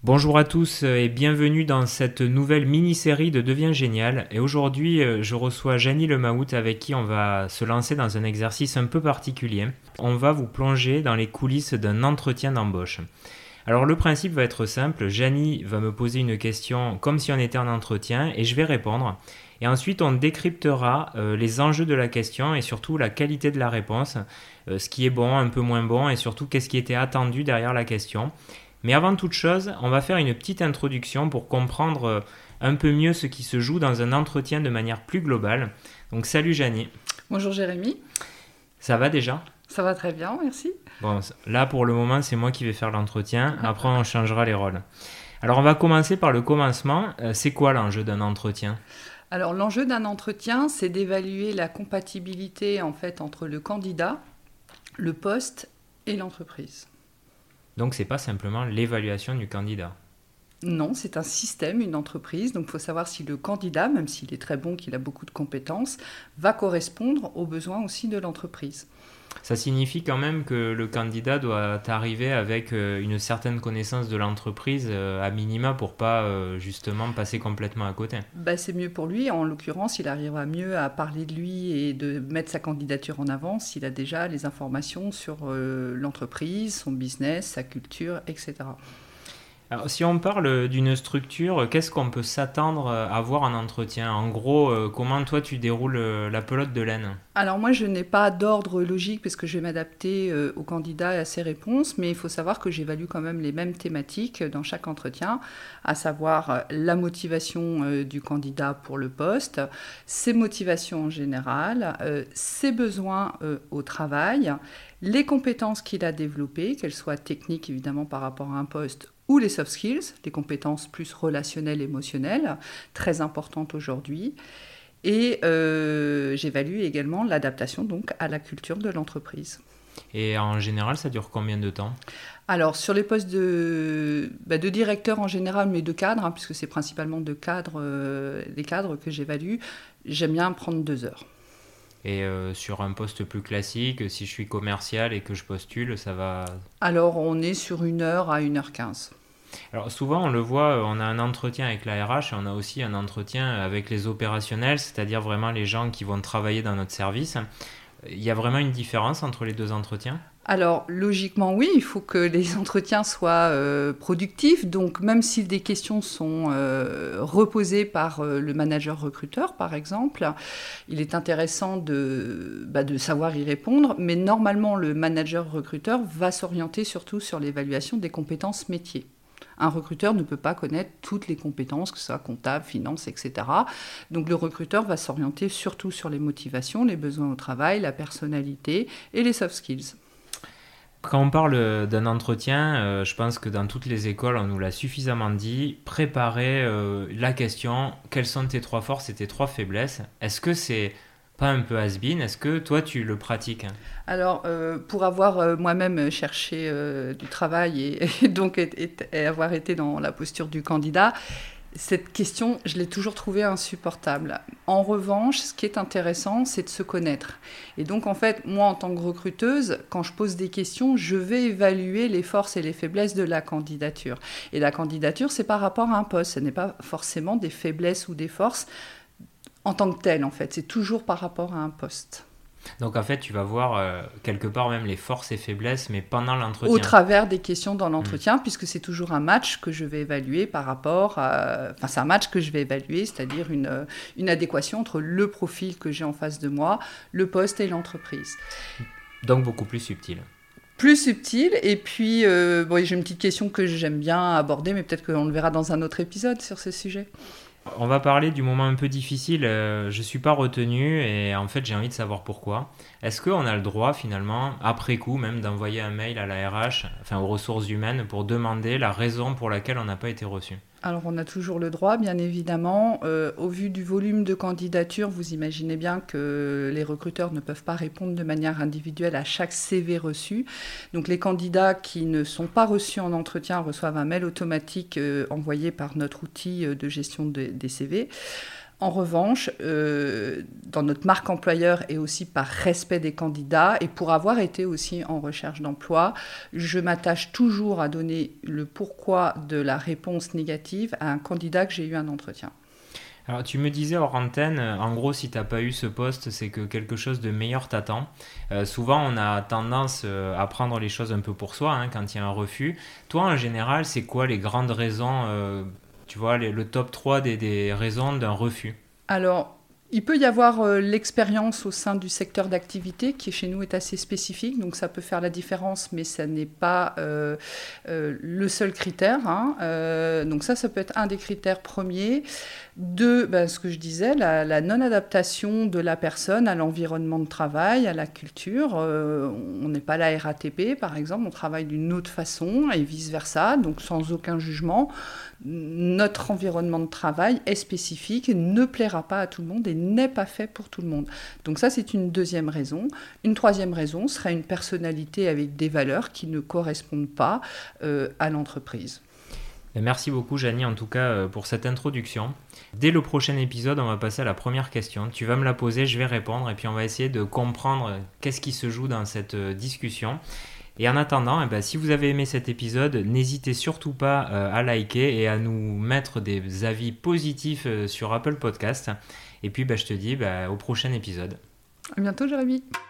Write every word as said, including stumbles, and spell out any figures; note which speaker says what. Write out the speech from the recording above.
Speaker 1: Bonjour à tous et bienvenue dans cette nouvelle mini-série de Deviens Génial. Et aujourd'hui, je reçois Janie Lemahout avec qui on va se lancer dans un exercice un peu particulier. On va vous plonger dans les coulisses d'un entretien d'embauche. Alors le principe va être simple, Janie va me poser une question comme si on était en entretien et je vais répondre. Et ensuite, on décryptera euh, les enjeux de la question et surtout la qualité de la réponse, euh, ce qui est bon, un peu moins bon et surtout qu'est-ce qui était attendu derrière la question. Mais avant toute chose, on va faire une petite introduction pour comprendre un peu mieux ce qui se joue dans un entretien de manière plus globale. Donc salut Janie.
Speaker 2: Bonjour Jérémy.
Speaker 1: Ça va déjà ?
Speaker 2: Ça va très bien, merci.
Speaker 1: Bon, là pour le moment, c'est moi qui vais faire l'entretien. Après, on changera les rôles. Alors on va commencer par le commencement. C'est quoi l'enjeu d'un entretien ?
Speaker 2: Alors l'enjeu d'un entretien, c'est d'évaluer la compatibilité en fait entre le candidat, le poste et l'entreprise.
Speaker 1: Donc, ce n'est pas simplement l'évaluation du candidat.
Speaker 2: Non, c'est un système, une entreprise. Donc, il faut savoir si le candidat, même s'il est très bon, qu'il a beaucoup de compétences, va correspondre aux besoins aussi de l'entreprise.
Speaker 1: Ça signifie quand même que le candidat doit arriver avec une certaine connaissance de l'entreprise à minima pour ne pas justement passer complètement à côté.
Speaker 2: Bah, c'est mieux pour lui. En l'occurrence, il arrivera mieux à parler de lui et de mettre sa candidature en avant s'il a déjà les informations sur euh, l'entreprise, son business, sa culture, et cetera.
Speaker 1: Alors, si on parle d'une structure, qu'est-ce qu'on peut s'attendre à voir en entretien ? En gros, euh, comment toi tu déroules la pelote de laine ?
Speaker 2: Alors moi, je n'ai pas d'ordre logique parce que je vais m'adapter euh, au candidat et à ses réponses, mais il faut savoir que j'évalue quand même les mêmes thématiques dans chaque entretien, à savoir euh, la motivation euh, du candidat pour le poste, ses motivations en général, euh, ses besoins euh, au travail, les compétences qu'il a développées, qu'elles soient techniques évidemment par rapport à un poste, ou les soft skills, les compétences plus relationnelles, émotionnelles, très importantes aujourd'hui. Et euh, j'évalue également l'adaptation donc à la culture de l'entreprise.
Speaker 1: Et en général, ça dure combien de temps ?
Speaker 2: Alors, sur les postes de, bah, de directeur en général, mais de cadre, hein, puisque c'est principalement de cadre, euh, les cadres que j'évalue, j'aime bien prendre deux heures.
Speaker 1: Et euh, sur un poste plus classique, si je suis commercial et que je postule, ça va...
Speaker 2: Alors, on est sur une heure à une heure quinze.
Speaker 1: Alors souvent, on le voit, on a un entretien avec la R H et on a aussi un entretien avec les opérationnels, c'est-à-dire vraiment les gens qui vont travailler dans notre service. Il y a vraiment une différence entre les deux entretiens ?
Speaker 2: Alors, logiquement, oui, il faut que les entretiens soient euh, productifs. Donc, même si des questions sont euh, reposées par euh, le manager recruteur, par exemple, il est intéressant de, bah, de savoir y répondre. Mais normalement, le manager recruteur va s'orienter surtout sur l'évaluation des compétences métiers. Un recruteur ne peut pas connaître toutes les compétences, que ce soit comptable, finance, et cetera. Donc le recruteur va s'orienter surtout sur les motivations, les besoins au travail, la personnalité et les soft skills.
Speaker 1: Quand on parle d'un entretien, euh, je pense que dans toutes les écoles, on nous l'a suffisamment dit, préparer euh, la question « Quelles sont tes trois forces et tes trois faiblesses ?» Est-ce que c'est pas un peu has-been ? Est-ce que toi, tu le pratiques ?
Speaker 2: Alors, euh, pour avoir euh, moi-même cherché euh, du travail et, et donc et, et, et avoir été dans la posture du candidat, cette question, je l'ai toujours trouvée insupportable. En revanche, ce qui est intéressant, c'est de se connaître. Et donc, en fait, moi, en tant que recruteuse, quand je pose des questions, je vais évaluer les forces et les faiblesses de la candidature. Et la candidature, c'est par rapport à un poste. Ce n'est pas forcément des faiblesses ou des forces en tant que telles, en fait. C'est toujours par rapport à un poste.
Speaker 1: Donc en fait, tu vas voir euh, quelque part même les forces et faiblesses, mais pendant l'entretien.
Speaker 2: Au travers des questions dans l'entretien, mmh. puisque c'est toujours un match que je vais évaluer par rapport à... Enfin, c'est un match que je vais évaluer, c'est-à-dire une, une adéquation entre le profil que j'ai en face de moi, le poste et l'entreprise.
Speaker 1: Donc beaucoup plus subtil.
Speaker 2: Plus subtil, et puis euh, bon, j'ai une petite question que j'aime bien aborder, mais peut-être qu'on le verra dans un autre épisode sur ce sujet.
Speaker 1: On va parler du moment un peu difficile. Euh, je ne suis pas retenu et en fait, j'ai envie de savoir pourquoi. Est-ce qu'on a le droit, finalement, après coup, même d'envoyer un mail à la R H, enfin aux ressources humaines, pour demander la raison pour laquelle on n'a pas été reçu ?
Speaker 2: Alors, on a toujours le droit, bien évidemment. Euh, au vu du volume de candidatures, vous imaginez bien que les recruteurs ne peuvent pas répondre de manière individuelle à chaque C V reçu. Donc, les candidats qui ne sont pas reçus en entretien reçoivent un mail automatique euh, envoyé par notre outil de gestion de, des C V. En revanche, euh, dans notre marque employeur et aussi par respect des candidats et pour avoir été aussi en recherche d'emploi, je m'attache toujours à donner le pourquoi de la réponse négative à un candidat que j'ai eu un entretien.
Speaker 1: Alors tu me disais hors antenne, en gros si tu n'as pas eu ce poste, c'est que quelque chose de meilleur t'attend. Euh, souvent on a tendance à prendre les choses un peu pour soi hein, quand il y a un refus. Toi en général, c'est quoi les grandes raisons euh, tu vois, les, le top trois des, des raisons d'un refus?
Speaker 2: Alors, il peut y avoir euh, l'expérience au sein du secteur d'activité qui chez nous est assez spécifique, donc ça peut faire la différence, mais ça n'est pas euh, euh, le seul critère. Hein. Euh, donc ça, ça peut être un des critères premiers. Deux, ben, ce que je disais, la, la non-adaptation de la personne à l'environnement de travail, à la culture. Euh, on n'est pas la R A T P, par exemple, on travaille d'une autre façon et vice-versa, donc sans aucun jugement. Notre environnement de travail est spécifique, ne plaira pas à tout le monde et n'est pas fait pour tout le monde. Donc ça, c'est une deuxième raison. Une troisième raison serait une personnalité avec des valeurs qui ne correspondent pas euh, à l'entreprise.
Speaker 1: Merci beaucoup Janie en tout cas pour cette introduction. Dès le prochain épisode, on va passer à la première question. Tu vas me la poser, je vais répondre et puis on va essayer de comprendre qu'est-ce qui se joue dans cette discussion. Et en attendant, eh ben, si vous avez aimé cet épisode, n'hésitez surtout pas euh, à liker et à nous mettre des avis positifs euh, sur Apple Podcast. Et puis ben, je te dis ben, au prochain épisode.
Speaker 2: À bientôt Jérémy.